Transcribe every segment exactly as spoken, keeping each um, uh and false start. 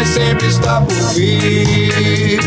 mas sempre está por vir.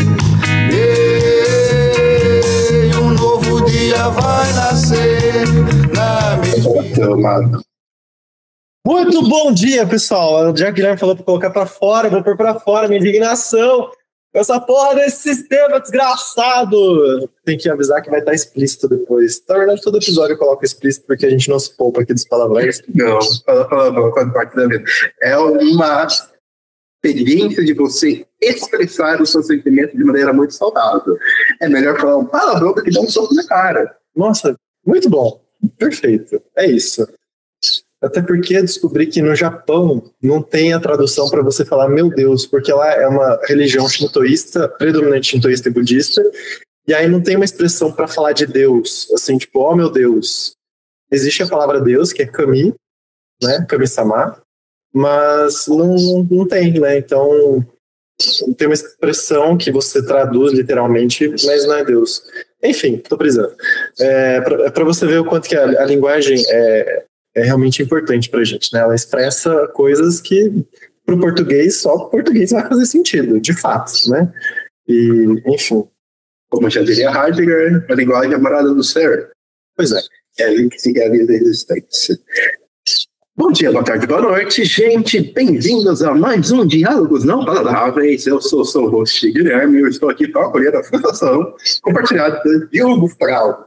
E um novo dia vai nascer na minha... Muito bom dia, pessoal. Já que o Guilherme falou para colocar para fora, eu vou pôr para fora minha indignação com essa porra desse sistema desgraçado. Tem que avisar que vai estar explícito depois. Na verdade, todo episódio eu coloco explícito porque a gente não se poupa aqui dos palavrões. Não, palavrão faz parte da vida. É uma experiência de você expressar os seus sentimentos de maneira muito saudável. É melhor falar um palavrão do que dar um soco na cara. Nossa, muito bom. Perfeito. É isso. Até porque eu descobri que no Japão não tem a tradução para você falar meu Deus, porque lá é uma religião shintoísta, predominante shintoísta e budista, e aí não tem uma expressão para falar de Deus, assim, tipo, oh meu Deus. Existe a palavra Deus, que é kami, né, kami-sama, mas não, não tem, né, então tem uma expressão que você traduz literalmente, mas não é Deus. Enfim, tô precisando. É, para você ver o quanto que a, a linguagem é é realmente importante pra gente, né? Ela expressa coisas que pro português, só pro português vai fazer sentido, de fato, né? E, enfim. Como já diria Heidegger, a linguagem é a morada do ser. Pois é. É ali que se realiza a existência. Bom dia, boa tarde, boa noite, gente. Bem-vindos a mais um Diálogos Não Palatáveis. Eu sou o seu host, Guilherme, e eu estou aqui para acolher a frustração compartilhada de Hugo Frau.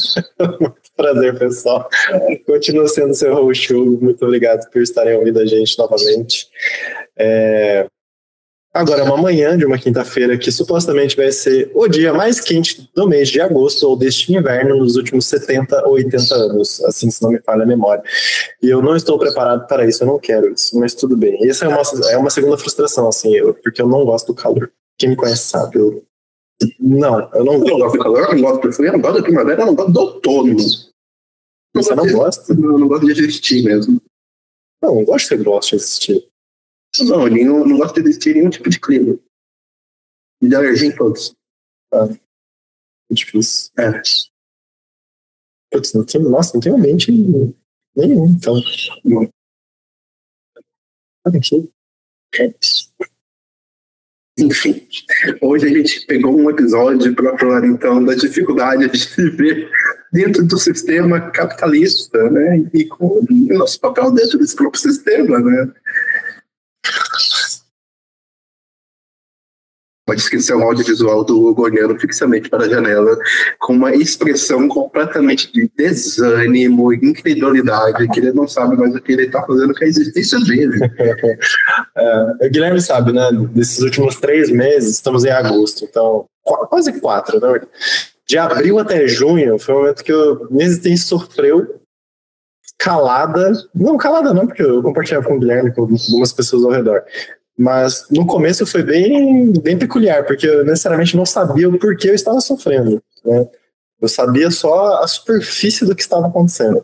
Prazer, pessoal. Continua sendo seu host, Hugo. Muito obrigado por estarem ouvindo a gente novamente. É... Agora é uma manhã de uma quinta-feira que supostamente vai ser o dia mais quente do mês de agosto ou deste inverno nos últimos setenta ou oitenta anos, assim se não me falha a memória. E eu não estou preparado para isso, eu não quero isso, mas tudo bem. E essa é uma, é uma segunda frustração, assim, eu, porque eu não gosto do calor. Quem me conhece sabe, eu... Não, eu não, eu não gosto do calor, eu não gosto do frio, eu não gosto da primavera, eu não gosto do outono. Você não gosta? Não, eu não gosto de existir mesmo. Não, eu gosto que você gosta de existir. Não, eu não, não gosto de existir nenhum tipo de clima. De alergia em todos. Ah, é difícil. É. Putz, não tem, nossa, não tem ambiente nenhum, então. Não. Olha aqui. É. Enfim, hoje a gente pegou um episódio para falar então da dificuldade de viver dentro do sistema capitalista, né? E com o nosso papel dentro desse próprio sistema, né? Pode esquecer o audiovisual do Hugo olhando fixamente para a janela com uma expressão completamente de desânimo e incredulidade, que ele não sabe mais o que ele está fazendo com a existência dele. É, o Guilherme sabe, né? Desses últimos três meses, estamos em agosto, então quase quatro, né? De abril até junho foi o momento que a minha existência sofreu calada, não calada não, porque eu compartilhava com o Guilherme, com algumas pessoas ao redor. Mas no começo foi bem, bem peculiar, porque eu necessariamente não sabia o porquê eu estava sofrendo, né? Eu sabia só a superfície do que estava acontecendo.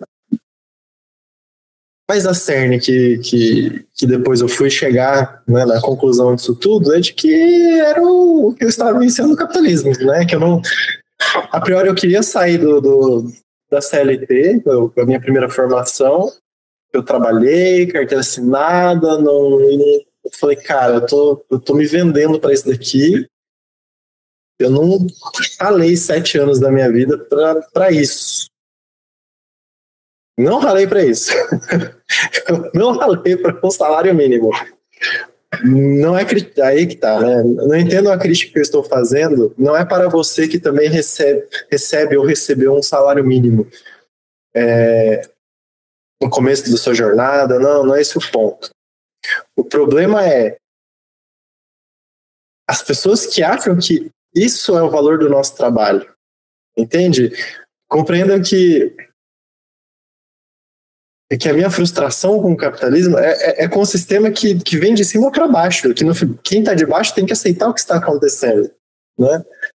Mas a cerne que, que, que depois eu fui chegar, né, na conclusão disso tudo é de que era o que eu estava iniciando no capitalismo, né? Que eu não... A priori eu queria sair do, do, da C L T, a minha primeira formação. Eu trabalhei, carteira assinada, não... Eu falei, cara, eu tô, eu tô me vendendo para isso daqui. Eu não ralei sete anos da minha vida para isso. Não ralei para isso. Eu não ralei para um salário mínimo. Não é aí que tá, né? Não entendo a crítica que eu estou fazendo. Não é para você que também recebe, recebe ou recebeu um salário mínimo é, no começo da sua jornada. Não, não é esse o ponto. O problema é as pessoas que acham que isso é o valor do nosso trabalho. Entende? Compreendam que, que a minha frustração com o capitalismo é, é, é com o sistema que, que vem de cima para baixo. Que no, quem está de baixo tem que aceitar o que está acontecendo. Né?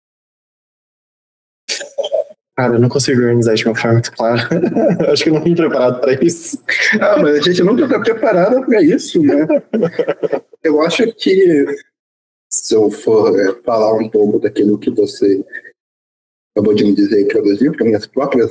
Cara, eu não consigo organizar de uma forma muito clara. Acho que eu não vim preparado para isso. Ah, mas a gente nunca está preparado para isso, né? Eu acho que, se eu for é, falar um pouco daquilo que você acabou de me dizer e traduzir para minhas próprias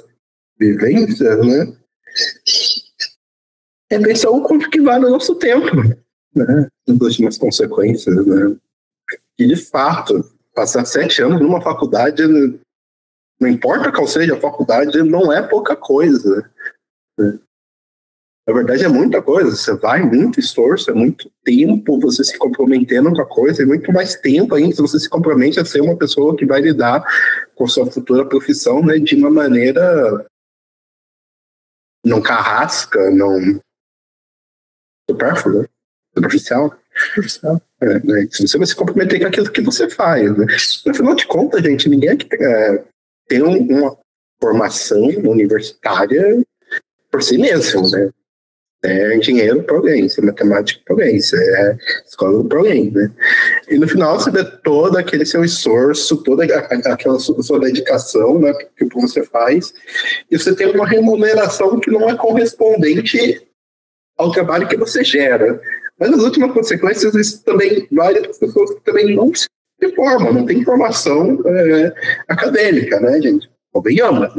vivências, né? É pensar o quanto que vale o nosso tempo, né, as últimas consequências, né? E, de fato, passar sete anos numa faculdade, não importa qual seja a faculdade, não é pouca coisa, né? Na verdade, é muita coisa. Você vai, muito esforço, é muito tempo você se comprometendo com a coisa, e muito mais tempo ainda se você se compromete a ser uma pessoa que vai lidar com sua futura profissão, né, de uma maneira não carrasca, não supérflua, superficial. É, né? Se você vai se comprometer com aquilo que você faz, né? Afinal de contas, gente, ninguém aqui é, tem uma formação universitária por si mesmo, né? É engenheiro para alguém, isso é matemático para alguém, isso é escola para alguém, né? E no final você vê todo aquele seu esforço, toda aquela sua, sua dedicação, né, que você faz, e você tem uma remuneração que não é correspondente ao trabalho que você gera. Mas as últimas consequências, isso também vale para as pessoas que também não se formam, não tem formação é, acadêmica, né, gente? Convenhamos, né?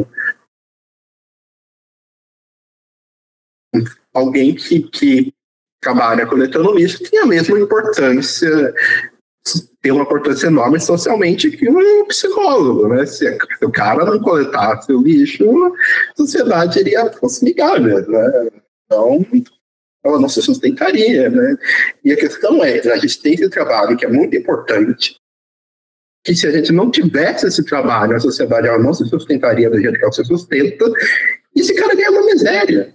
Alguém que, que trabalha com economista tem a mesma importância, tem uma importância enorme socialmente que um psicólogo, né? Se, se o cara não coletasse o lixo, a sociedade iria fosse migalha, né? Então, ela não se sustentaria, né? E a questão é, a gente tem esse trabalho que é muito importante, que se a gente não tivesse esse trabalho, a sociedade ela não se sustentaria do jeito que ela se sustenta, e esse cara ganha uma miséria.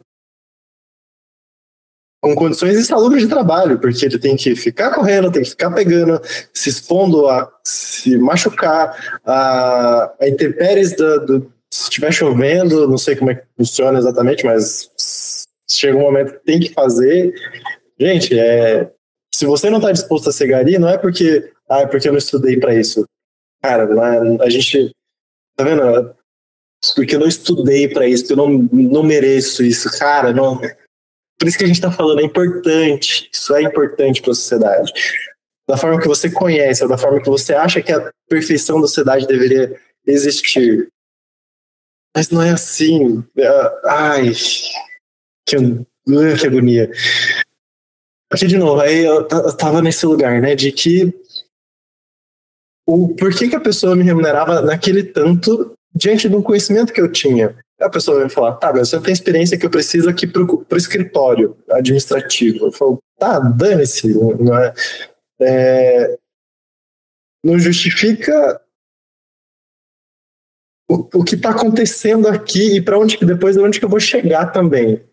Com condições insalubres de trabalho, porque ele tem que ficar correndo, tem que ficar pegando, se expondo a se machucar, a, a intempéries do, do, se estiver chovendo, não sei como é que funciona exatamente, mas chega um momento que tem que fazer. Gente, é, se você não está disposto a ser gari, não é porque, ah, é porque eu não estudei para isso. Cara, a gente, tá vendo? Porque eu não estudei para isso, porque eu não, não mereço isso. Cara, não... Por isso que a gente está falando, é importante, isso é importante para a sociedade. Da forma que você conhece, ou da forma que você acha que a perfeição da sociedade deveria existir. Mas não é assim. Ai, que, que agonia. Porque, de novo, aí eu estava nesse lugar, né, de que o por que, que a pessoa me remunerava naquele tanto diante de um conhecimento que eu tinha. A pessoa vai falar, tá, mas você tem experiência que eu preciso aqui pro, pro escritório administrativo. Eu falo, tá, dane-se, não é, é, não justifica o, o que está acontecendo aqui e para onde que depois de onde que eu vou chegar também.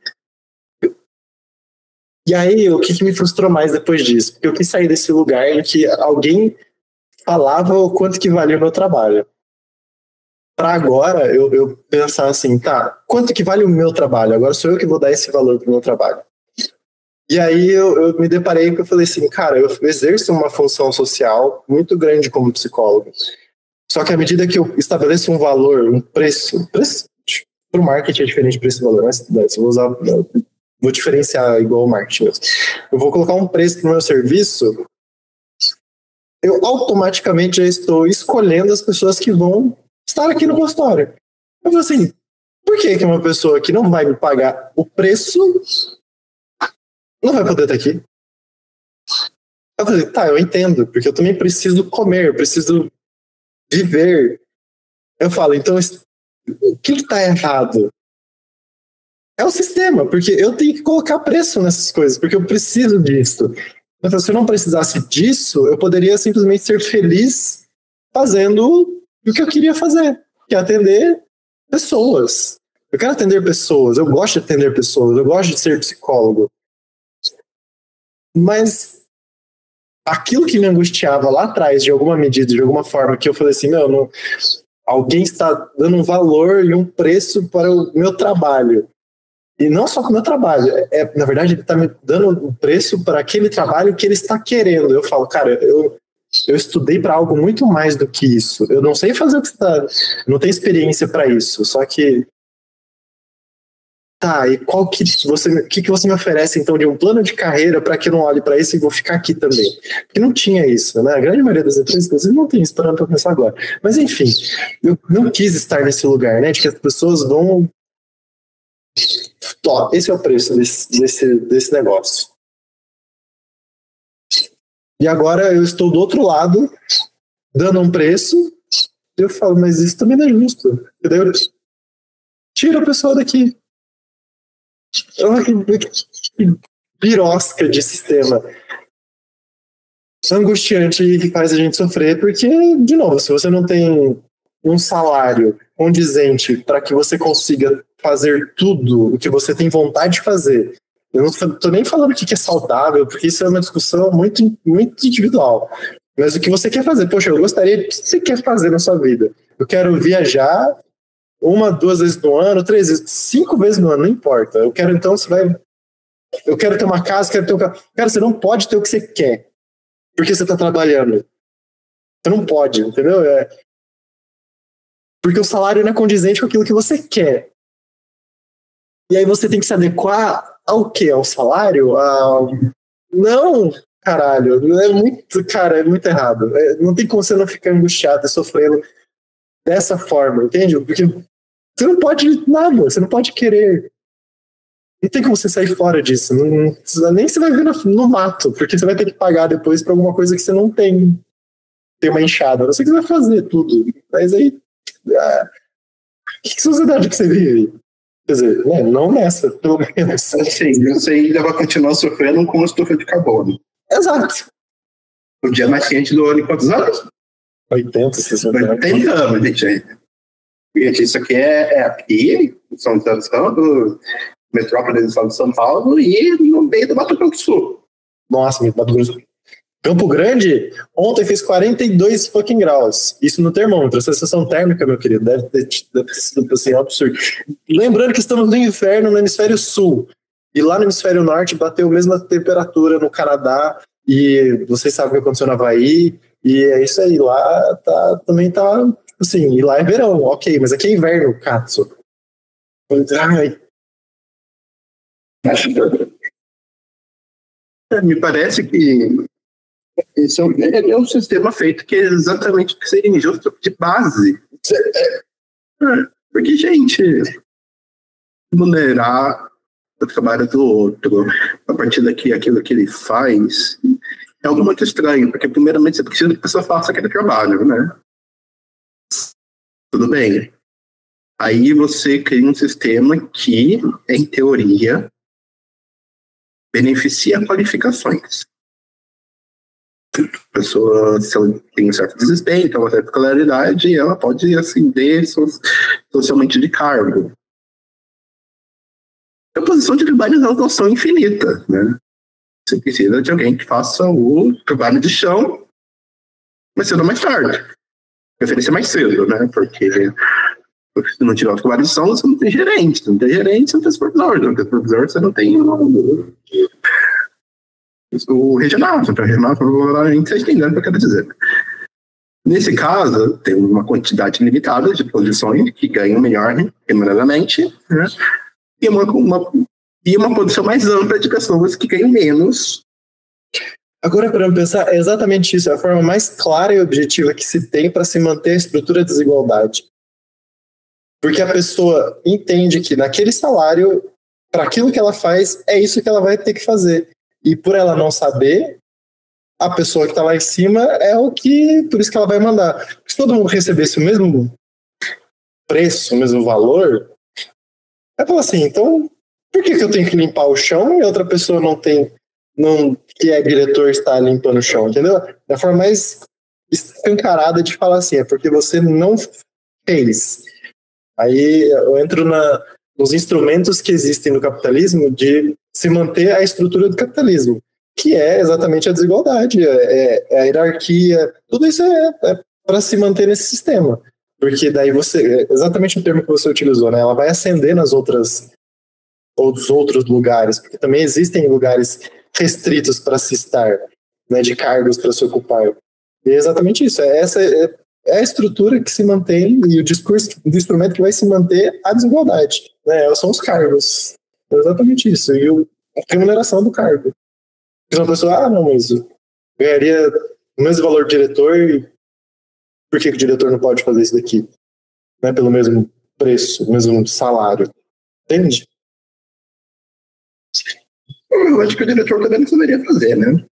E aí, o que, que me frustrou mais depois disso? Porque eu quis sair desse lugar em que alguém falava o quanto que valia o meu trabalho. Para agora, eu, eu pensar assim, tá, quanto que vale o meu trabalho? Agora sou eu que vou dar esse valor pro meu trabalho. E aí eu, eu me deparei com eu falei assim, cara, eu exerço uma função social muito grande como psicólogo. Só que à medida que eu estabeleço um valor, um preço, preço pro marketing é diferente de preço e valor, mas eu vou usar, vou diferenciar igual o marketing mesmo. Eu vou colocar um preço pro meu serviço, eu automaticamente já estou escolhendo as pessoas que vão estar aqui no consultório. Eu falei assim, por que que uma pessoa que não vai me pagar o preço não vai poder estar aqui? Eu falei, tá, eu entendo, porque eu também preciso comer, eu preciso viver. Eu falo, então, o que está errado? É o sistema, porque eu tenho que colocar preço nessas coisas, porque eu preciso disso. Então, se eu não precisasse disso, eu poderia simplesmente ser feliz fazendo o que eu queria fazer, que é atender pessoas. Eu quero atender pessoas, eu gosto de atender pessoas, eu gosto de ser psicólogo. Mas aquilo que me angustiava lá atrás, de alguma medida, de alguma forma, que eu falei assim, meu, não, alguém está dando um valor e um preço para o meu trabalho. E não só para o meu trabalho, é, na verdade ele está me dando um preço para aquele trabalho que ele está querendo. Eu falo, cara, eu Eu estudei para algo muito mais do que isso. Eu não sei fazer o que você está... Não tenho experiência para isso. Só que... Tá, e qual que você... O que, que você me oferece, então, de um plano de carreira para que eu não olhe para isso e vou ficar aqui também? Porque não tinha isso, né? A grande maioria das empresas, inclusive, não tem isso, parando para pensar agora. Mas, enfim, eu não quis estar nesse lugar, né? De que as pessoas vão... Ó, esse é o preço desse, desse, desse negócio. E agora eu estou do outro lado, dando um preço, e eu falo, mas isso também não é justo. Entendeu? Tira a pessoa daqui. Olha que, que birosca de sistema. Angustiante e que faz a gente sofrer, porque, de novo, se você não tem um salário condizente para que você consiga fazer tudo o que você tem vontade de fazer, eu não estou nem falando o que é saudável, porque isso é uma discussão muito, muito individual, mas o que você quer fazer, poxa, eu gostaria, o que você quer fazer na sua vida? Eu quero viajar uma, duas vezes no ano, três vezes, cinco vezes no ano, não importa, eu quero então, você vai, eu quero ter uma casa, quero ter um carro, cara, você não pode ter o que você quer, porque você está trabalhando. Você não pode, entendeu? É... Porque o salário não é condizente com aquilo que você quer. E aí você tem que se adequar ao quê? Ao salário? Ao... Não, caralho. É muito, cara, é muito errado. É, não tem como você não ficar angustiado e sofrendo dessa forma, entende? Porque você não pode nada, você não pode querer. Não tem como você sair fora disso. Não, não, nem você vai ver no, no mato, porque você vai ter que pagar depois pra alguma coisa que você não tem. Tem uma enxada. Não sei o que você vai fazer tudo. Mas aí. Ah, que sociedade que você vive? Quer dizer, né, não nessa, pelo menos. Assim, você ainda vai continuar sofrendo com uma estufa de carbono. Exato. O dia mais quente do ano em quantos anos? oitenta, sessenta anos. oitenta anos, gente. Gente, isso aqui é, é aqui, São Paulo, metrópole do estado de São Paulo e no meio do Mato Grosso do Sul. Nossa, Mato Grosso do Sul. Campo Grande, ontem fez quarenta e dois fucking graus. Isso no termômetro. A sensação térmica, meu querido, deve ter, deve ter sido assim, um absurdo. Lembrando que estamos no inverno no hemisfério sul. E lá no hemisfério norte bateu a mesma temperatura no Canadá. E vocês sabem o que aconteceu no Havaí. E é isso aí. Lá tá, também tá assim. E lá é verão, ok. Mas aqui é inverno, Katsu. Ai. Me parece que esse é um, é um sistema feito que é exatamente o que seria injusto de base. Porque, gente, remunerar o trabalho do outro a partir daqui, aquilo que ele faz, é algo muito estranho, porque primeiramente você precisa que a pessoa faça aquele trabalho, né? Tudo bem. Aí você cria um sistema que, em teoria, beneficia qualificações. A pessoa, se ela tem um certo desempenho, tem uma certa escolaridade, ela pode ascender socialmente de cargo. A posição de trabalho elas não são infinitas, né? Você precisa de alguém que faça o trabalho de chão mais cedo ou mais tarde. Preferência mais cedo, né? Porque se não tiver o trabalho de chão, você não tem gerente. Se não tem gerente, você não tem supervisor. Se não tem supervisor, você não tem o, o regional. Então, o regional, provavelmente, vocês entendem o que eu quero dizer. Nesse caso, tem uma quantidade limitada de posições que ganham melhor remuneradamente, né? E uma, uma, e uma posição mais ampla de pessoas que ganham menos. Agora, para pensar, é exatamente isso. É a forma mais clara e objetiva que se tem para se manter a estrutura de desigualdade. Porque a pessoa entende que naquele salário, para aquilo que ela faz, é isso que ela vai ter que fazer. E por ela não saber, a pessoa que está lá em cima é o que... Por isso que ela vai mandar. Se todo mundo recebesse o mesmo preço, o mesmo valor... Ela fala assim, então, por que, que eu tenho que limpar o chão e outra pessoa não tem, não, que é diretor, está limpando o chão, entendeu? Da forma mais escancarada de falar assim, é porque você não fez. Aí eu entro na, nos instrumentos que existem no capitalismo de se manter a estrutura do capitalismo, que é exatamente a desigualdade, é, é a hierarquia, tudo isso é, é para se manter nesse sistema. Porque daí você, exatamente o termo que você utilizou, né? Ela vai ascender nas outras, os outros lugares, porque também existem lugares restritos para se estar, né? De cargos para se ocupar. E é exatamente isso. É essa é, é a estrutura que se mantém e o discurso do instrumento que vai se manter a desigualdade, né? São os cargos. É exatamente isso. E o, a remuneração do cargo. Porque uma pessoa, ah, não, mas eu ganharia o mesmo valor de diretor e por que, que o diretor não pode fazer isso daqui? Né? Pelo mesmo preço, mesmo salário. Entende? Eu acho que o diretor também não deveria fazer, né?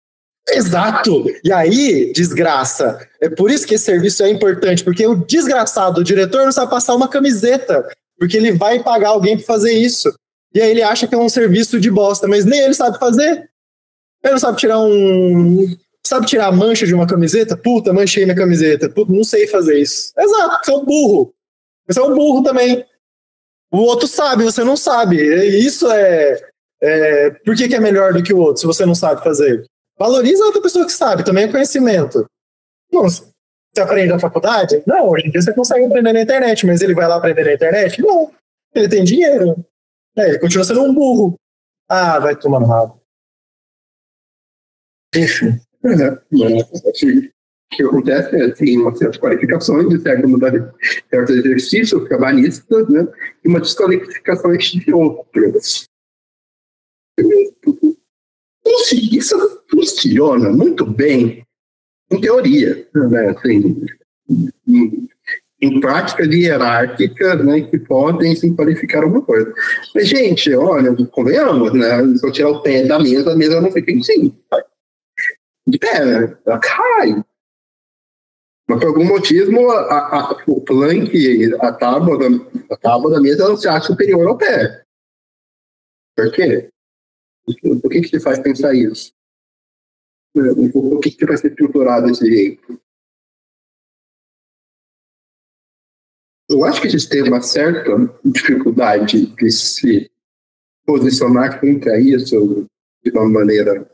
Exato! E aí, desgraça, é por isso que esse serviço é importante, porque o desgraçado, o diretor, não sabe passar uma camiseta, porque ele vai pagar alguém para fazer isso. E aí ele acha que é um serviço de bosta, mas nem ele sabe fazer. Ele não sabe tirar um... Sabe tirar a mancha de uma camiseta? Puta, manchei minha camiseta. Puta, não sei fazer isso. Exato, você é um burro. Você é um burro também. O outro sabe, você não sabe. Isso é... é... Por que, que é melhor do que o outro, se você não sabe fazer? Valoriza a outra pessoa que sabe, também é conhecimento. Não, você aprende na faculdade? Não, hoje em dia você consegue aprender na internet, mas ele vai lá aprender na internet? Não, ele tem dinheiro. É, ele continua sendo um burro. Ah, vai tomar no rabo. Enfim. É, o que acontece é tem uma certa qualificações de certos certo exercícios trabalhistas, né, e uma desqualificação de outras. Isso funciona muito bem em teoria, né? Assim, em, em práticas hierárquicas, né, que podem se qualificar alguma coisa. Mas, gente, olha, convenhamos, né? Se eu tirar o pé da mesa, a mesa não fica em cima. De pé, né? Ela cai. Mas, por algum motivo, a, a, o plank, a tábua, da, a tábua da mesa, ela se acha superior ao pé. Por quê? Por que que te faz pensar isso? Por que que te faz ser estruturado desse jeito? Eu acho que eles têm uma certa dificuldade de se posicionar contra isso de uma maneira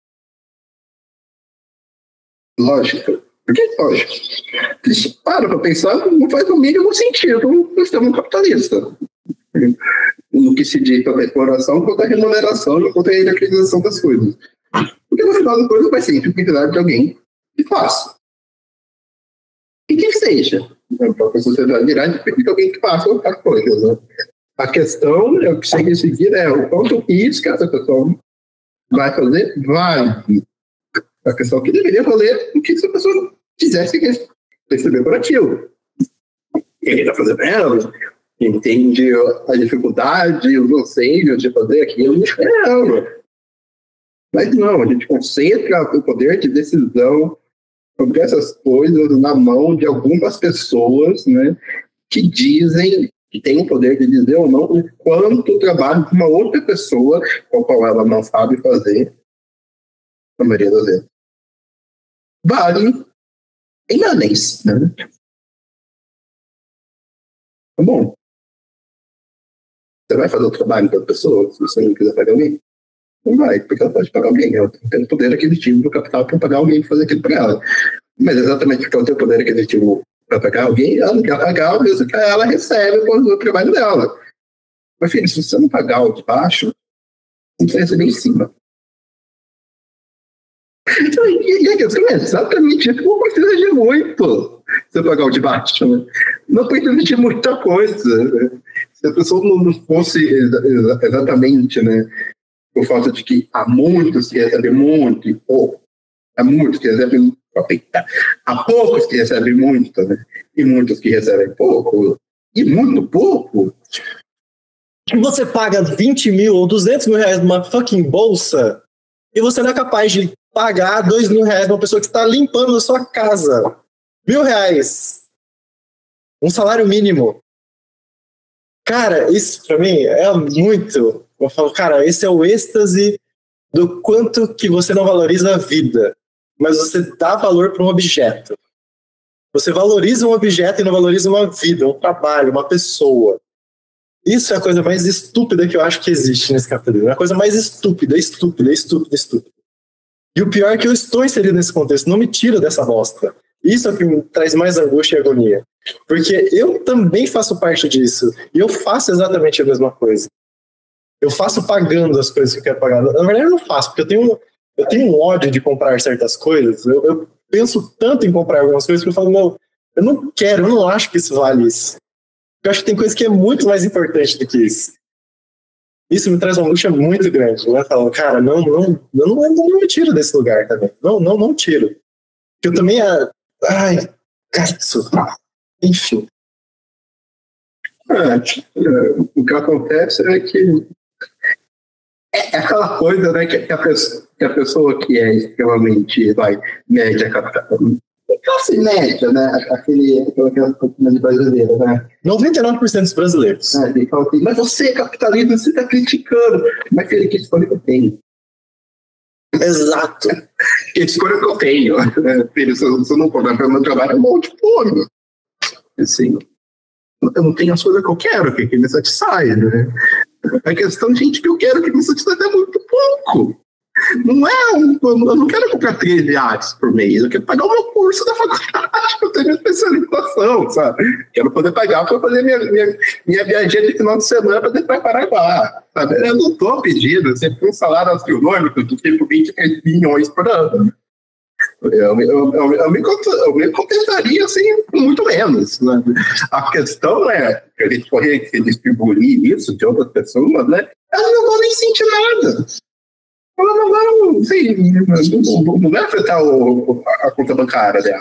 lógica. Porque, lógico, eles param para pensar, não faz o mínimo sentido no sistema capitalista. No que se diz pela exploração, quanto a remuneração e quanto a hierarquização das coisas. Porque no final das coisas vai sempre precisar de alguém que faça. E quem seja. A própria sociedade irá depender de alguém que faça as coisas. Né? A questão é o que você tem que seguir é o quanto isso que essa pessoa vai fazer vale. A questão é que deveria valer o que essa pessoa quisesse receber por aquilo. Ele está fazendo ela. Entende a dificuldade, os anseios de fazer aquilo, é, mas não, a gente concentra o poder de decisão sobre essas coisas na mão de algumas pessoas, né, que dizem que têm o poder de dizer ou não o quanto o trabalho de uma outra pessoa, com a qual ela não sabe fazer, na maioria das vezes, vale em anéis, né? Tá bom. Você vai fazer o trabalho da pessoa se você não quiser pagar alguém? Não vai, porque ela pode pagar alguém. Ela tem o poder aquisitivo do capital para pagar alguém para fazer aquilo para ela. Mas exatamente porque ela tem o poder aquisitivo para pagar alguém, ela não quer pagar, mesmo que ela recebe o trabalho dela. Mas, filho, se você não pagar o de baixo, você vai receber em cima. E a questão é exatamente isso. Não precisa de muito você pagar o de baixo. Né? Não precisa de muita coisa. Né? Se a pessoa não fosse exatamente, né, por falta de que há muitos que recebem muito e pouco, há muitos que recebem há poucos que recebem muito, né, e muitos que recebem pouco, e muito pouco, que você paga vinte mil ou duzentos mil reais numa fucking bolsa e você não é capaz de pagar dois mil reais numa pessoa que está limpando a sua casa. Mil reais. Um salário mínimo. Cara, isso pra mim é muito... Eu falo, cara, esse é o êxtase do quanto que você não valoriza a vida, mas você dá valor para um objeto. Você valoriza um objeto e não valoriza uma vida, um trabalho, uma pessoa. Isso é a coisa mais estúpida que eu acho que existe nesse capitalismo. É a coisa mais estúpida, estúpida, estúpida, estúpida. E o pior é que eu estou inserido nesse contexto, não me tira dessa bosta. Isso é o que me traz mais angústia e agonia. Porque eu também faço parte disso. E eu faço exatamente a mesma coisa. Eu faço pagando as coisas que eu quero pagar. Na verdade, eu não faço, porque eu tenho, eu tenho um ódio de comprar certas coisas. Eu, eu penso tanto em comprar algumas coisas que eu falo, não, eu não quero, eu não acho que isso vale isso. Eu acho que tem coisa que é muito mais importante do que isso. Isso me traz uma angústia muito grande. Eu falo, cara, não, não, não, não, não me tiro desse lugar também. Não, não, não tiro. Porque eu também... Ai, gato. Enfim. É, o que acontece é que é aquela coisa, né, que a pessoa, que a pessoa que é extremamente, vai, média, classe média, né? Aquele, aquela comunidade brasileira, né? noventa e nove por cento dos brasileiros. É, ele fala assim, mas você é capitalista, você está criticando. Mas aquele que escolhe que eu tenho. Exato. Que escolha que eu tenho. Filho, se eu, se eu não cobrar pelo meu trabalho, eu morro de fome. Assim, eu não tenho as coisas que eu quero, que, que me satisfaz, né? A questão, gente, que eu quero que me satisfaz é muito pouco. Não é um, eu não quero comprar três reais por mês, eu quero pagar o meu curso da faculdade, eu tenho minha especialização, sabe? Quero poder pagar para fazer minha, minha, minha viagem de final de semana para poder preparar lá, sabe? Eu não estou pedindo, você tem um salário astronômico do tipo vinte milhões por ano. Eu, eu, eu, eu, eu, me, eu me contentaria assim, muito menos. Né? A questão é que eles correr, que distribuir isso de outras pessoas, né? Elas não vão nem sentir nada. Elas não vão, sim, não, não vai afetar o, a conta bancária dela.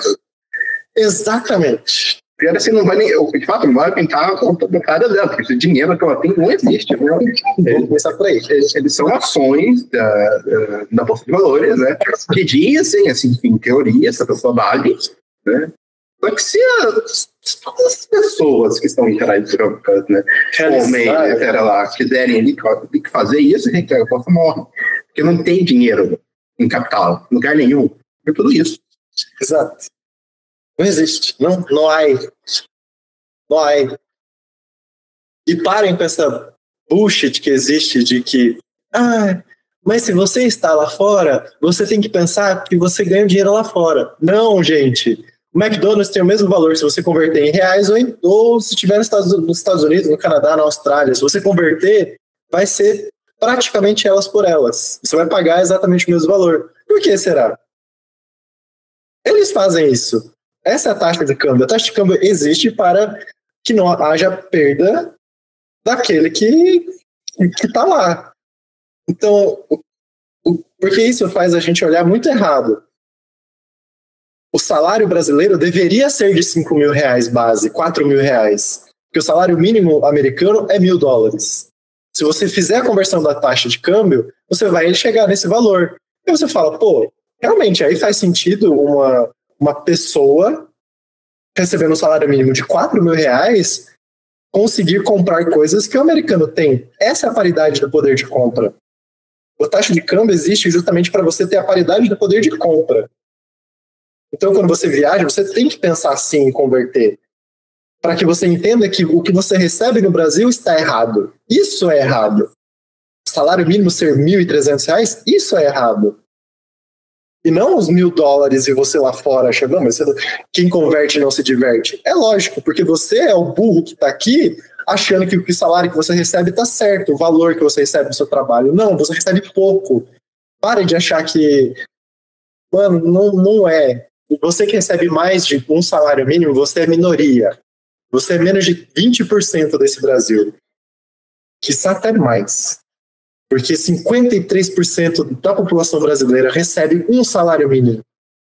Exatamente. Pior assim, não vai nem, de fato, não vai pintar a conta bancária dela, porque esse dinheiro que ela tem não existe. Né? Vamos começar por aí. Eles, eles são ações da, da Bolsa de Valores, né? Que dizem, assim, em teoria, essa pessoa vale, né? Só que se as, as pessoas que estão em caras brancas, né, homem, etc., lá, quiserem fazer isso, gente, a Bolsa morre. Porque não tem dinheiro em capital, em lugar nenhum. É tudo isso. Exato. Não existe. Não, não há. Não há. E parem com essa bullshit que existe de que, ah, mas se você está lá fora, você tem que pensar que você ganha dinheiro lá fora. Não, gente. O McDonald's tem o mesmo valor se você converter em reais ou, em, ou se estiver nos Estados, nos Estados Unidos, no Canadá, na Austrália. Se você converter, vai ser praticamente elas por elas. Você vai pagar exatamente o mesmo valor. Por que será? Eles fazem isso. Essa é a taxa de câmbio. A taxa de câmbio existe para que não haja perda daquele que está lá. Então, o, o, porque isso faz a gente olhar muito errado. O salário brasileiro deveria ser de cinco mil reais base, quatro mil reais. Porque o salário mínimo americano é mil dólares. Se você fizer a conversão da taxa de câmbio, você vai chegar nesse valor. E você fala, pô, realmente, aí faz sentido uma, uma pessoa recebendo um salário mínimo de quatro mil reais conseguir comprar coisas que o americano tem. Essa é a paridade do poder de compra. A taxa de câmbio existe justamente para você ter a paridade do poder de compra. Então, quando você viaja, você tem que pensar assim em converter. Para que você entenda que o que você recebe no Brasil está errado. Isso é errado. O salário mínimo ser mil e trezentos reais, isso é errado. E não os mil dólares e você lá fora achando, não, mas quem converte não se diverte. É lógico, porque você é o burro que está aqui achando que o salário que você recebe está certo, o valor que você recebe no seu trabalho. Não, você recebe pouco. Pare de achar que... Mano, não, não é. Você que recebe mais de um salário mínimo, você é minoria. Você é menos de vinte por cento desse Brasil. Quiçá até mais. Porque cinquenta e três por cento da população brasileira recebe um salário mínimo.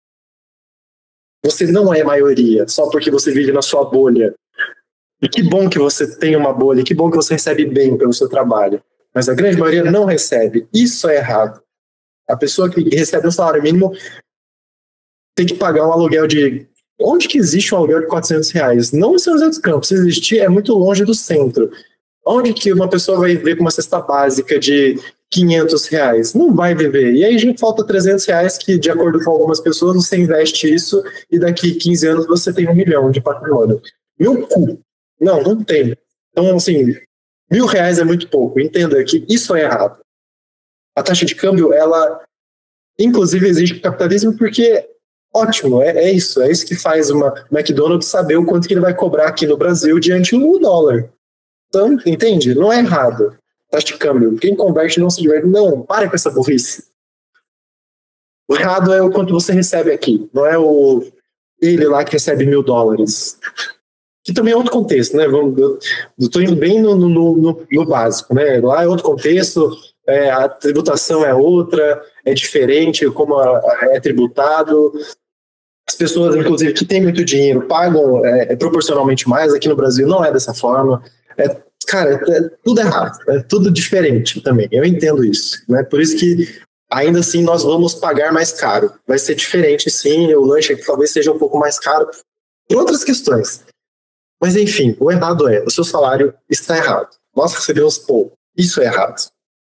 Você não é maioria, só porque você vive na sua bolha. E que bom que você tem uma bolha, que bom que você recebe bem pelo seu trabalho. Mas a grande maioria não recebe. Isso é errado. A pessoa que recebe um salário mínimo tem que pagar um aluguel de... Onde que existe um aluguel de quatrocentos reais? Não em São José dos Campos. Se existir, é muito longe do centro. Onde que uma pessoa vai viver com uma cesta básica de quinhentos reais? Não vai viver. E aí a gente falta trezentos reais que, de acordo com algumas pessoas, você investe isso e daqui quinze anos você tem um milhão de patrimônio. Meu cu. Não, não tem. Então, assim, mil reais é muito pouco. Entenda que isso é errado. A taxa de câmbio, ela, inclusive, exige capitalismo porque... Ótimo, é, é isso. É isso que faz uma McDonald's saber o quanto que ele vai cobrar aqui no Brasil diante do dólar. Então, entende? Não é errado. Taxa de câmbio. Quem converte não se diverte. Não, para com essa burrice. O errado é o quanto você recebe aqui. Não é o ele lá que recebe mil dólares. Que também é outro contexto, né? Eu estou indo bem no, no, no, no básico, né? Lá é outro contexto, é, a tributação é outra, é diferente como a, a, é tributado. As pessoas, inclusive, que têm muito dinheiro pagam é, é, proporcionalmente mais. Aqui no Brasil não é dessa forma. É, cara, é, é tudo errado, é tudo diferente também. Eu entendo isso, né? Por isso que ainda assim nós vamos pagar mais caro. Vai ser diferente, sim, o lanche aqui talvez seja um pouco mais caro, por outras questões. Mas enfim, o errado é, o seu salário está errado. Nós recebemos pouco. Isso é errado.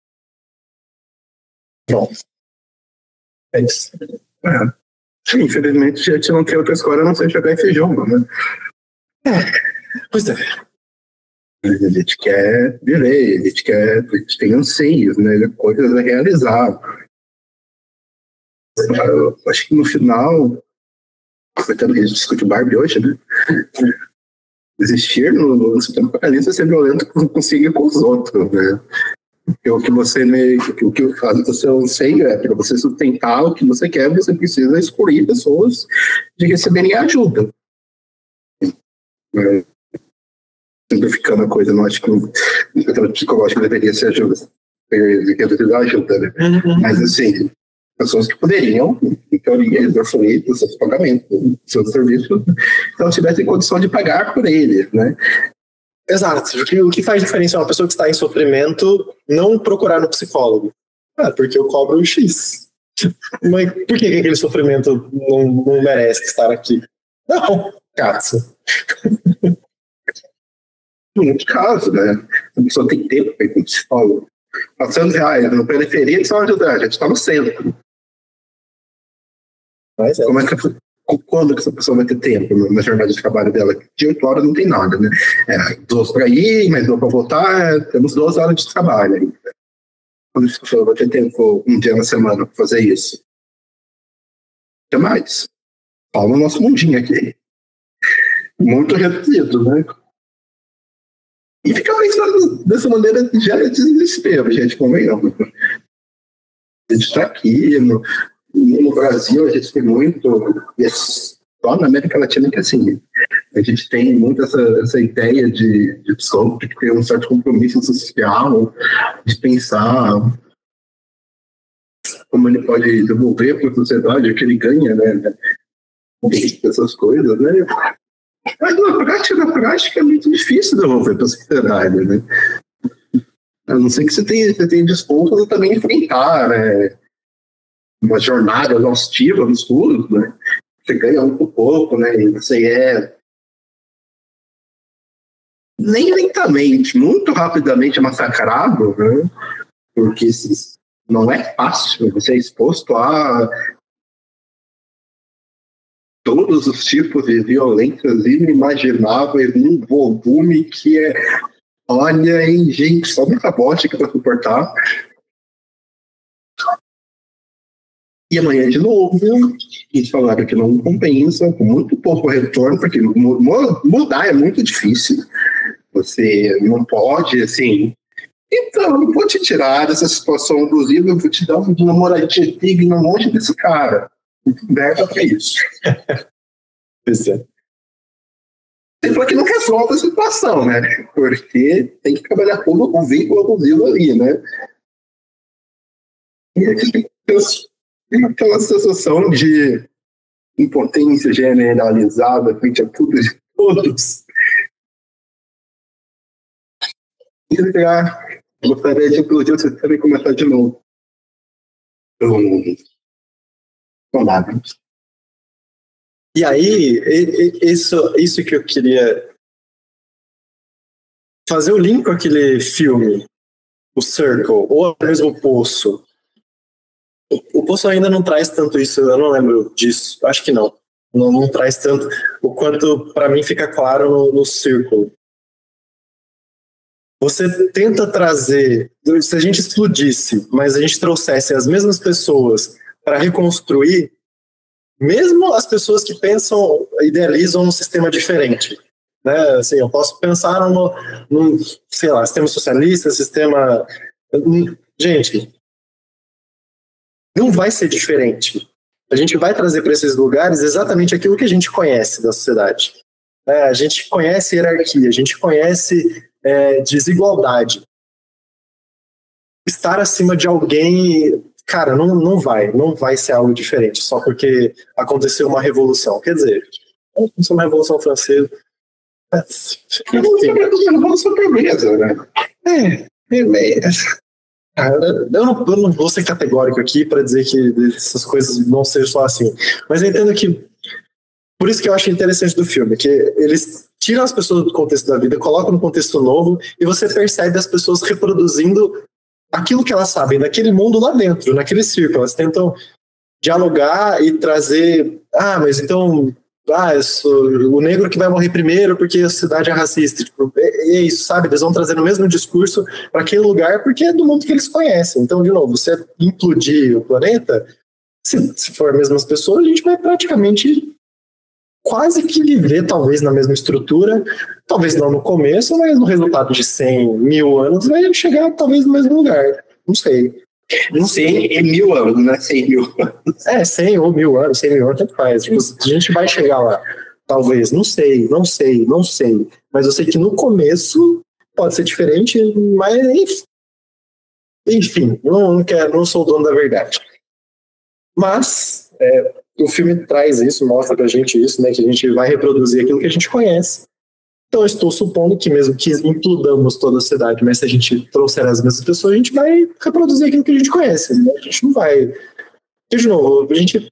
Pronto. É isso. É. Infelizmente, a gente não tem outra escola a não ser jogar em feijão, né? É, pois é. A gente quer viver, a gente quer, a gente tem anseios, né? Coisas a realizar. Eu acho que no final, aproveitando que a gente discute Barbie hoje, né? Existir no, no sistema capitalista é ser violento consigo e com os outros, né? Porque o que você, o que o seu anseio é para você sustentar o que você quer, você precisa excluir pessoas de receberem ajuda. É, simplificando a coisa, não acho que o tratamento psicológico deveria ser ajuda, deveria ajuda, né? Uhum. Mas assim, pessoas que poderiam, em teoria, usufruir dos seus pagamentos, dos seus serviços, então tivessem condição de pagar por eles, né? Exato. O que, o que faz diferença é uma pessoa que está em sofrimento não procurar no psicólogo. Ah, porque eu cobro um X. Mas por que aquele sofrimento não, não merece estar aqui? Não, Katsu. Em muitos casos, né? A pessoa tem tempo para ir para o psicólogo. quatrocentos reais na periferia de São José, a gente está no centro. Mas é. Como é que, quando que essa pessoa vai ter tempo na jornada de trabalho dela? De oito horas não tem nada, né? É, doze para ir, mais doze para voltar, temos doze horas de trabalho ainda. Quando essa pessoa vai ter tempo um dia na semana para fazer isso? O que mais? Fala no nosso mundinho aqui. Muito reduzido, né? E ficar pensando dessa maneira gera desespero, gente, convenhamos. A gente está aqui, no, no Brasil, a gente tem muito, e é só na América Latina que é assim, a gente tem muito essa, essa ideia de, de pessoa que tem um certo compromisso social, de pensar como ele pode devolver para a sociedade o que ele ganha, né? Essas coisas, né? Mas na prática, na prática é muito difícil devolver para a sociedade, né? A não ser que você tenha, você tenha disposto a também enfrentar, né? Uma jornada exaustiva nos estudos, né? Você ganha muito pouco, né? E você é nem lentamente, muito rapidamente massacrado, né? Porque não é fácil, você é exposto a todos os tipos de violências inimagináveis num volume que é, olha, hein, gente, só muita bótica para suportar. E amanhã de novo, eles falaram que não compensa, com muito pouco retorno, porque mudar é muito difícil. Você não pode, assim... Então, eu não vou te tirar dessa situação, inclusive, eu vou te dar uma namoradinha digna longe desse cara. Merda pra isso. Pois é. Tem que não resolve a situação, né? Porque tem que trabalhar todo o vínculo abusivo ali, né? E a gente tem aquela sensação de impotência generalizada frente a tudo e todos. Eu gostaria de incluir vocês também começar de novo. Um... Nada. E aí, isso, isso que eu queria fazer o link com aquele filme, o Circle, ou mesmo o Poço. O, o Poço ainda não traz tanto isso, eu não lembro disso, acho que não. Não, não traz tanto, o quanto para mim fica claro no, no Circle. Você tenta trazer, se a gente explodisse, mas a gente trouxesse as mesmas pessoas para reconstruir, mesmo as pessoas que pensam, idealizam um sistema diferente, né? Assim, eu posso pensar no, no sei lá, sistema socialista, sistema... Gente, não vai ser diferente. A gente vai trazer para esses lugares exatamente aquilo que a gente conhece da sociedade. É, a gente conhece hierarquia, a gente conhece é, desigualdade. Estar acima de alguém... Cara, não, não vai, não vai ser algo diferente, só porque aconteceu uma revolução. Quer dizer, aconteceu uma revolução francesa. É uma revolução beleza, né? É, beleza. Cara, eu não, eu não vou ser categórico aqui para dizer que essas coisas vão ser só assim, mas eu entendo que por isso que eu acho interessante do filme, que eles tiram as pessoas do contexto da vida, colocam no contexto novo e você percebe as pessoas reproduzindo aquilo que elas sabem daquele mundo lá dentro, naquele círculo. Elas tentam dialogar e trazer, ah, mas então, ah, eu sou o negro que vai morrer primeiro porque a sociedade é racista. Tipo, é, é isso, sabe? Eles vão trazendo o mesmo discurso para aquele lugar porque é do mundo que eles conhecem. Então, de novo, você implodir o planeta, se, se for as mesmas pessoas, a gente vai praticamente quase que viver, talvez, na mesma estrutura, talvez não no começo, mas no resultado de cem mil anos vai chegar, talvez, no mesmo lugar. Não sei. Não sei, é mil anos, né? cem mil anos. É, cem ou mil anos, cem mil anos, tanto faz. Tipo, a gente vai chegar lá. Talvez, não sei, não sei, não sei. Mas eu sei que no começo pode ser diferente, mas enfim, não, não, quero, não sou o dono da verdade. Mas é, o filme traz isso, mostra pra gente isso, né? Que a gente vai reproduzir aquilo que a gente conhece. Então eu estou supondo que mesmo que implodamos toda a cidade, mas se a gente trouxer as mesmas pessoas, a gente vai reproduzir aquilo que a gente conhece, né? A gente não vai... E, de novo, a gente...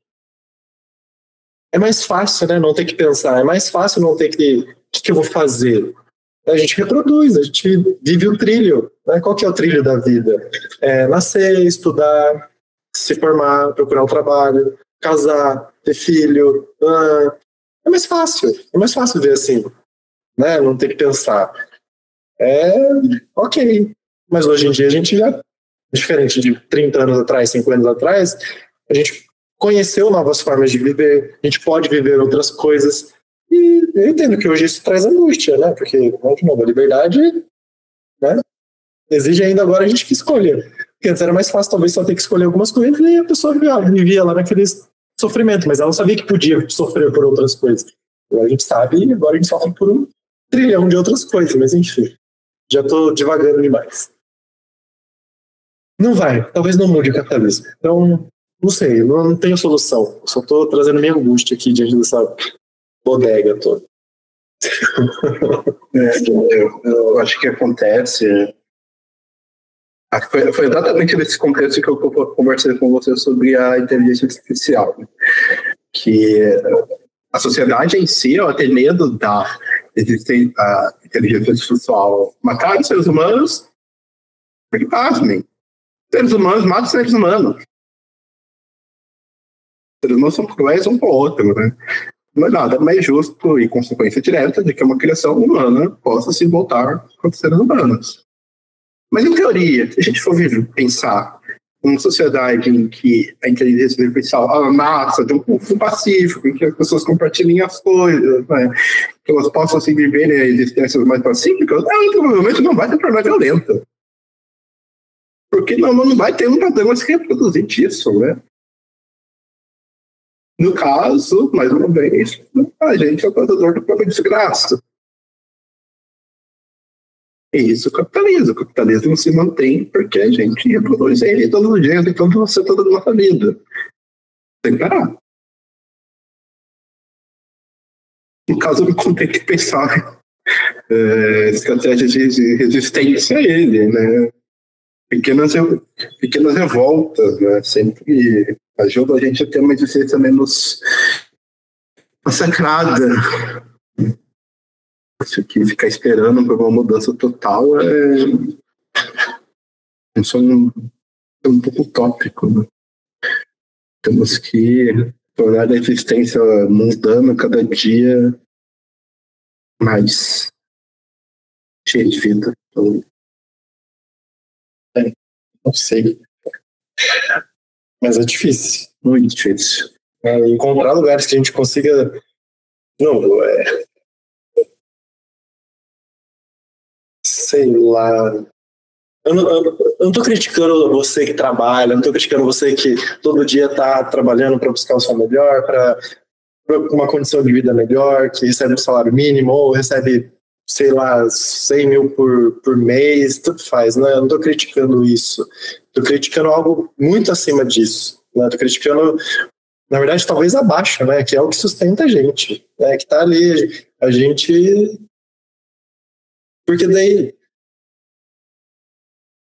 É mais fácil, né? Não ter que pensar. É mais fácil não ter que... O que, que eu vou fazer? A gente reproduz, a gente vive o trilho. Né? Qual que é o trilho da vida? É nascer, estudar, se formar, procurar um trabalho, casar, ter filho. Ah, é mais fácil. É mais fácil ver assim. Né? Não ter que pensar. É ok. Mas hoje em dia a gente já, diferente de trinta anos atrás, cinco anos atrás, a gente conheceu novas formas de viver, a gente pode viver outras coisas. E eu entendo que hoje isso traz angústia, né? Porque, de novo, a liberdade, né, exige ainda agora a gente que escolha. Porque antes era mais fácil, talvez, só ter que escolher algumas coisas e a pessoa vivia, vivia lá naquele sofrimento, mas ela não sabia que podia sofrer por outras coisas. Agora a gente sabe e agora a gente sofre por um trilhão de outras coisas, mas enfim, já tô divagando demais. Não vai, talvez não mude o capitalismo. Então, não sei, não, não tenho solução. Só tô trazendo minha angústia aqui diante dessa bodega toda. É, eu, eu acho que acontece. Foi, foi exatamente nesse contexto que eu, eu conversei com você sobre a inteligência artificial. Que a sociedade em si, ela tem medo da existência da inteligência artificial matar os seres humanos, porque pasmem. Seres humanos matam seres humanos. Seres humanos são cruéis um com o outro, né? Não é nada mais justo e consequência direta de que uma criação humana possa se voltar contra os seres humanos. Mas, em teoria, se a gente for pensar uma sociedade em que a inteligência artificial amassa de um povo pacífico, em que as pessoas compartilhem as coisas, né, que elas possam se viver em existências mais pacíficas, ela provavelmente não vai ter problema violento. Porque não, não vai ter um padrão a se reproduzir disso, né? No caso, mais uma vez, a gente é o causador do próprio desgraça. E isso é o capitalismo. O capitalismo se mantém porque a gente reproduz ele todos os dias, então você toda a nossa vida. Sem parar. No caso, eu me contei que pensar é, estratégias de resistência a ele, né? Pequenas, pequenas revoltas, né? Sempre ajudam a gente a ter uma existência menos massacrada. Isso aqui, ficar esperando por uma mudança total é isso é um, é um pouco utópico, né? Temos que tornar a existência mundana cada dia mais cheia de vida. Então, é, não sei. Mas é difícil. Muito difícil. É, encontrar lugares que a gente consiga... Não, é... Sei lá. Eu não, eu, eu não tô criticando você que trabalha, não tô criticando você que todo dia tá trabalhando para buscar o seu melhor, para uma condição de vida melhor, que recebe um salário mínimo ou recebe, sei lá, cem mil por, por mês, tudo faz, né? Eu não tô criticando isso. Tô criticando algo muito acima disso, né? Tô criticando, na verdade, talvez abaixo, né? Que é o que sustenta a gente, né? Que tá ali, a gente... Porque daí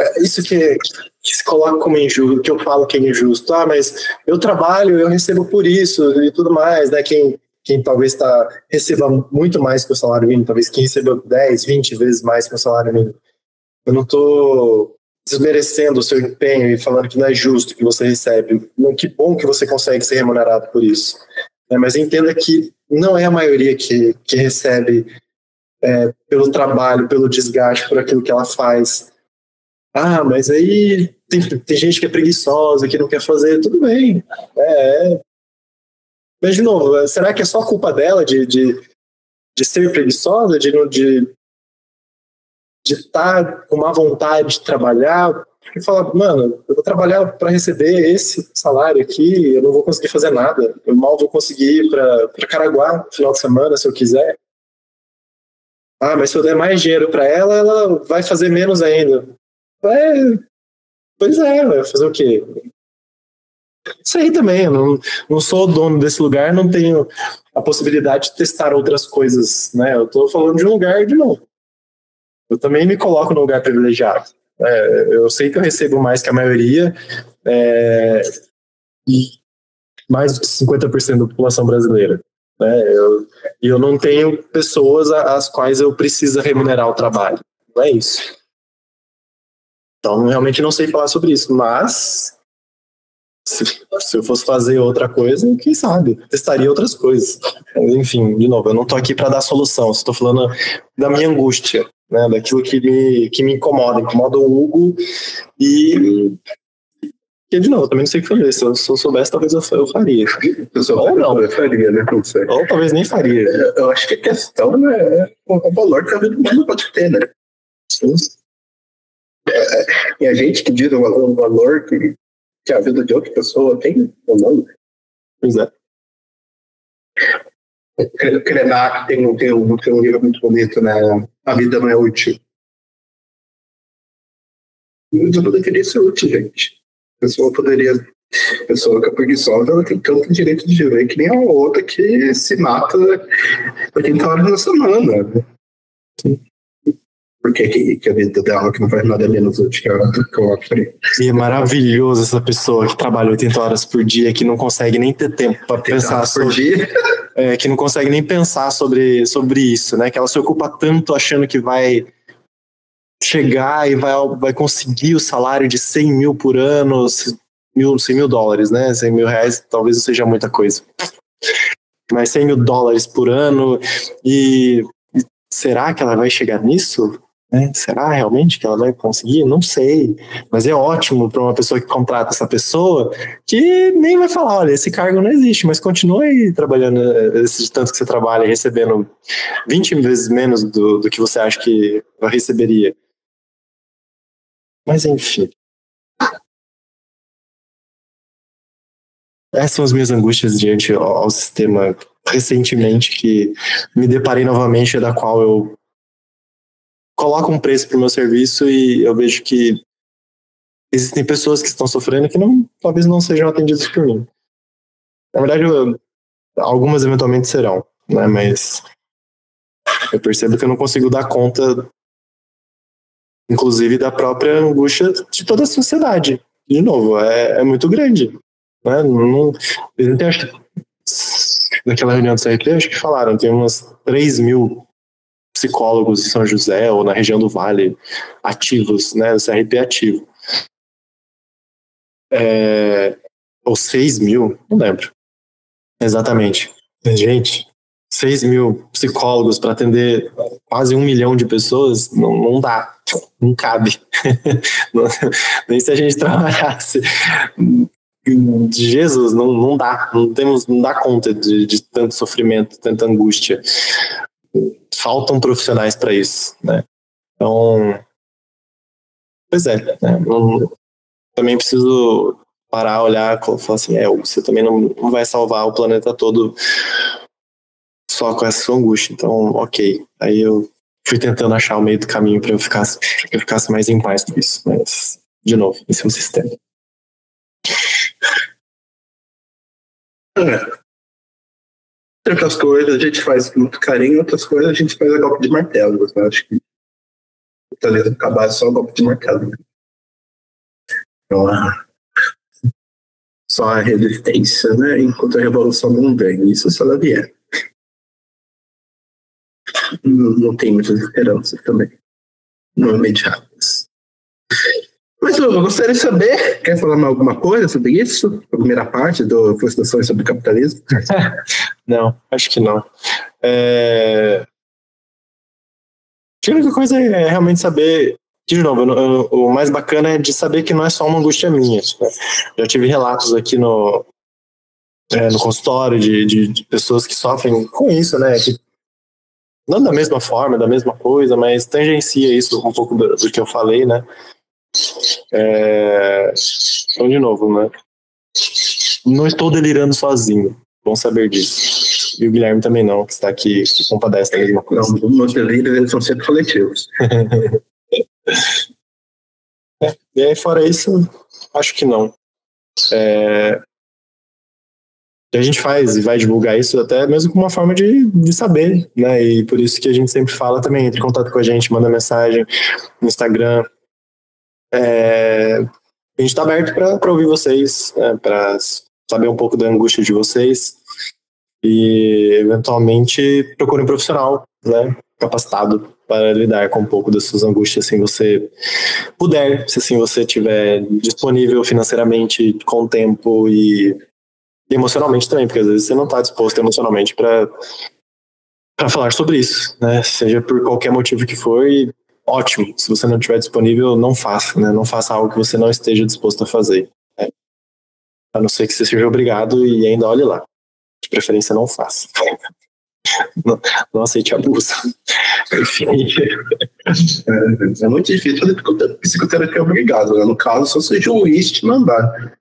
é isso que, que se coloca como injusto, que eu falo que é injusto. Ah, mas eu trabalho, eu recebo por isso e tudo mais, né? Quem, quem talvez tá, receba muito mais que o salário mínimo, talvez quem receba dez, vinte vezes mais que o salário mínimo. Eu não tô desmerecendo o seu empenho e falando que não é justo que você recebe. Não, que bom que você consegue ser remunerado por isso. É, mas entenda que não é a maioria que, que recebe é, pelo trabalho, pelo desgaste, por aquilo que ela faz. Ah, mas aí tem, tem gente que é preguiçosa, que não quer fazer, tudo bem. É, é. Mas, de novo, será que é só culpa dela de, de, de ser preguiçosa, de não de de estar com má vontade de trabalhar? E falar, mano, eu vou trabalhar para receber esse salário aqui, eu não vou conseguir fazer nada, eu mal vou conseguir ir para Caraguá no final de semana, se eu quiser. Ah, mas se eu der mais dinheiro para ela, ela vai fazer menos ainda. É, pois é, vai fazer o quê? Isso aí também, eu não, não sou o dono desse lugar, não tenho a possibilidade de testar outras coisas, né? Eu tô falando de um lugar de novo. Eu também me coloco no lugar privilegiado. É, eu sei que eu recebo mais que a maioria, é, e mais de cinquenta por cento da população brasileira. Né? Eu, e eu não tenho pessoas às quais eu preciso remunerar o trabalho. Não é isso. Então, realmente não sei falar sobre isso, mas se, se eu fosse fazer outra coisa, quem sabe, testaria outras coisas. Mas, enfim, de novo, eu não estou aqui para dar solução, estou falando da minha angústia. Né, daquilo que me, que me incomoda, incomoda o Hugo e que, de novo, eu também não sei o que fazer, se eu, se eu soubesse talvez eu, eu faria, ou não, eu faria, né? Não sei. Ou talvez nem faria. Eu acho que a questão é o valor que a vida humana pode ter, né? É, e a gente que diz o valor, o valor que, que a vida de outra pessoa tem ou não. Pois é. Krenak tem um, tem, um, tem um livro muito bonito, né? A vida não é útil. Mas não deveria ser útil, gente. A pessoa poderia. A pessoa que é preguiçosa, ela tem tanto direito de viver que nem a outra que se mata oitenta horas na semana. Né? Por que, que, que a vida dela que não faz nada menos útil que a outra? E é maravilhoso essa pessoa que trabalha oitenta horas por dia, que não consegue nem ter tempo para pensar sobre. Dia. É, que não consegue nem pensar sobre, sobre isso, né? Que ela se ocupa tanto achando que vai chegar e vai, vai conseguir o salário de cem mil por ano, mil, cem mil dólares, né? cem mil reais talvez não seja muita coisa. Mas cem mil dólares por ano. E será que ela vai chegar nisso? Né? Será realmente que ela vai conseguir? Não sei. Mas é ótimo para uma pessoa que contrata essa pessoa que nem vai falar, olha, esse cargo não existe, mas continue trabalhando esse tanto que você trabalha, recebendo vinte vezes menos do, do que você acha que receberia. Mas enfim. Essas são as minhas angústias diante ao, ao sistema recentemente que me deparei novamente, da qual eu coloco um preço para o meu serviço e eu vejo que existem pessoas que estão sofrendo que não, talvez não sejam atendidas por mim. Na verdade, eu, algumas eventualmente serão, né? Mas eu percebo que eu não consigo dar conta, inclusive, da própria angústia de toda a sociedade. De novo, é, é muito grande. Né? Não, eu acho que naquela reunião do C R P, acho que falaram, tem umas três mil psicólogos em São José ou na região do Vale ativos, né, o C R P ativo. É, ou seis mil, não lembro exatamente. Gente, seis mil psicólogos para atender quase um milhão de pessoas, não, não dá, não cabe. Não, nem se a gente trabalhasse de Jesus, não, não dá, não temos, não dá conta de, de tanto sofrimento, tanta angústia. Faltam profissionais para isso, né? Então, pois é, né? Não, também preciso parar, olhar e falar assim, é, você também não, não vai salvar o planeta todo só com essa sua angústia, então, ok. Aí eu fui tentando achar o meio do caminho para eu ficasse, pra eu ficasse mais em paz com isso, mas, de novo, esse é um sistema. É. Certas coisas a gente faz com muito carinho, outras coisas a gente faz a golpe de martelo. Eu acho que o talento acabar é só a golpe de martelo. Só a resistência, né? Enquanto a revolução não vem. Isso se ela vier. Não, não tem muitas esperanças também. Não imediatas. Mas eu gostaria de saber, quer falar alguma coisa sobre isso? A primeira parte do Frustrações sobre Capitalismo? Não, acho que não. É... A única coisa é realmente saber, de novo, eu, o mais bacana é de saber que não é só uma angústia minha. Né? Já tive relatos aqui no, é, no consultório de, de, de pessoas que sofrem com isso, né? Que, não da mesma forma, da mesma coisa, mas tangencia isso um pouco do, do que eu falei, né? É... Então, de novo, né? Não estou delirando sozinho. Bom saber disso. E o Guilherme também não, que está aqui que compadece da mesma coisa. Não, meus delírios eles são sempre coletivos. É, e aí, fora isso, acho que não. É... E a gente faz e vai divulgar isso até mesmo como uma forma de, de saber, né? E por isso que a gente sempre fala também, entre em contato com a gente, manda mensagem no Instagram. É, a gente está aberto para ouvir vocês, né, para saber um pouco da angústia de vocês e eventualmente procure um profissional, né, capacitado para lidar com um pouco das suas angústias, se você puder, se assim você estiver disponível financeiramente, com tempo e, e emocionalmente também, porque às vezes você não está disposto emocionalmente para para falar sobre isso, né, seja por qualquer motivo que for. E ótimo, se você não estiver disponível, não faça, né? Não faça algo que você não esteja disposto a fazer. Né? A não ser que você seja obrigado e ainda olhe lá. De preferência, não faça. Não, não aceite abuso. Enfim. É, é muito difícil fazer psicoterapia obrigado, né? No caso, só se o juiz te mandar.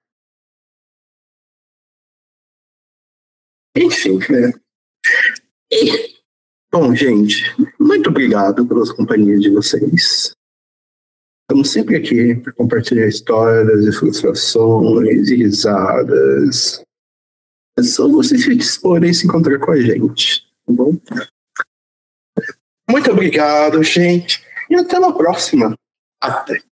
Enfim, né? E... Bom, gente, muito obrigado pelas companhias de vocês. Estamos sempre aqui para compartilhar histórias e frustrações e risadas. É só vocês se disporem a se encontrar com a gente, tá bom? Muito obrigado, gente, e até a próxima. Até.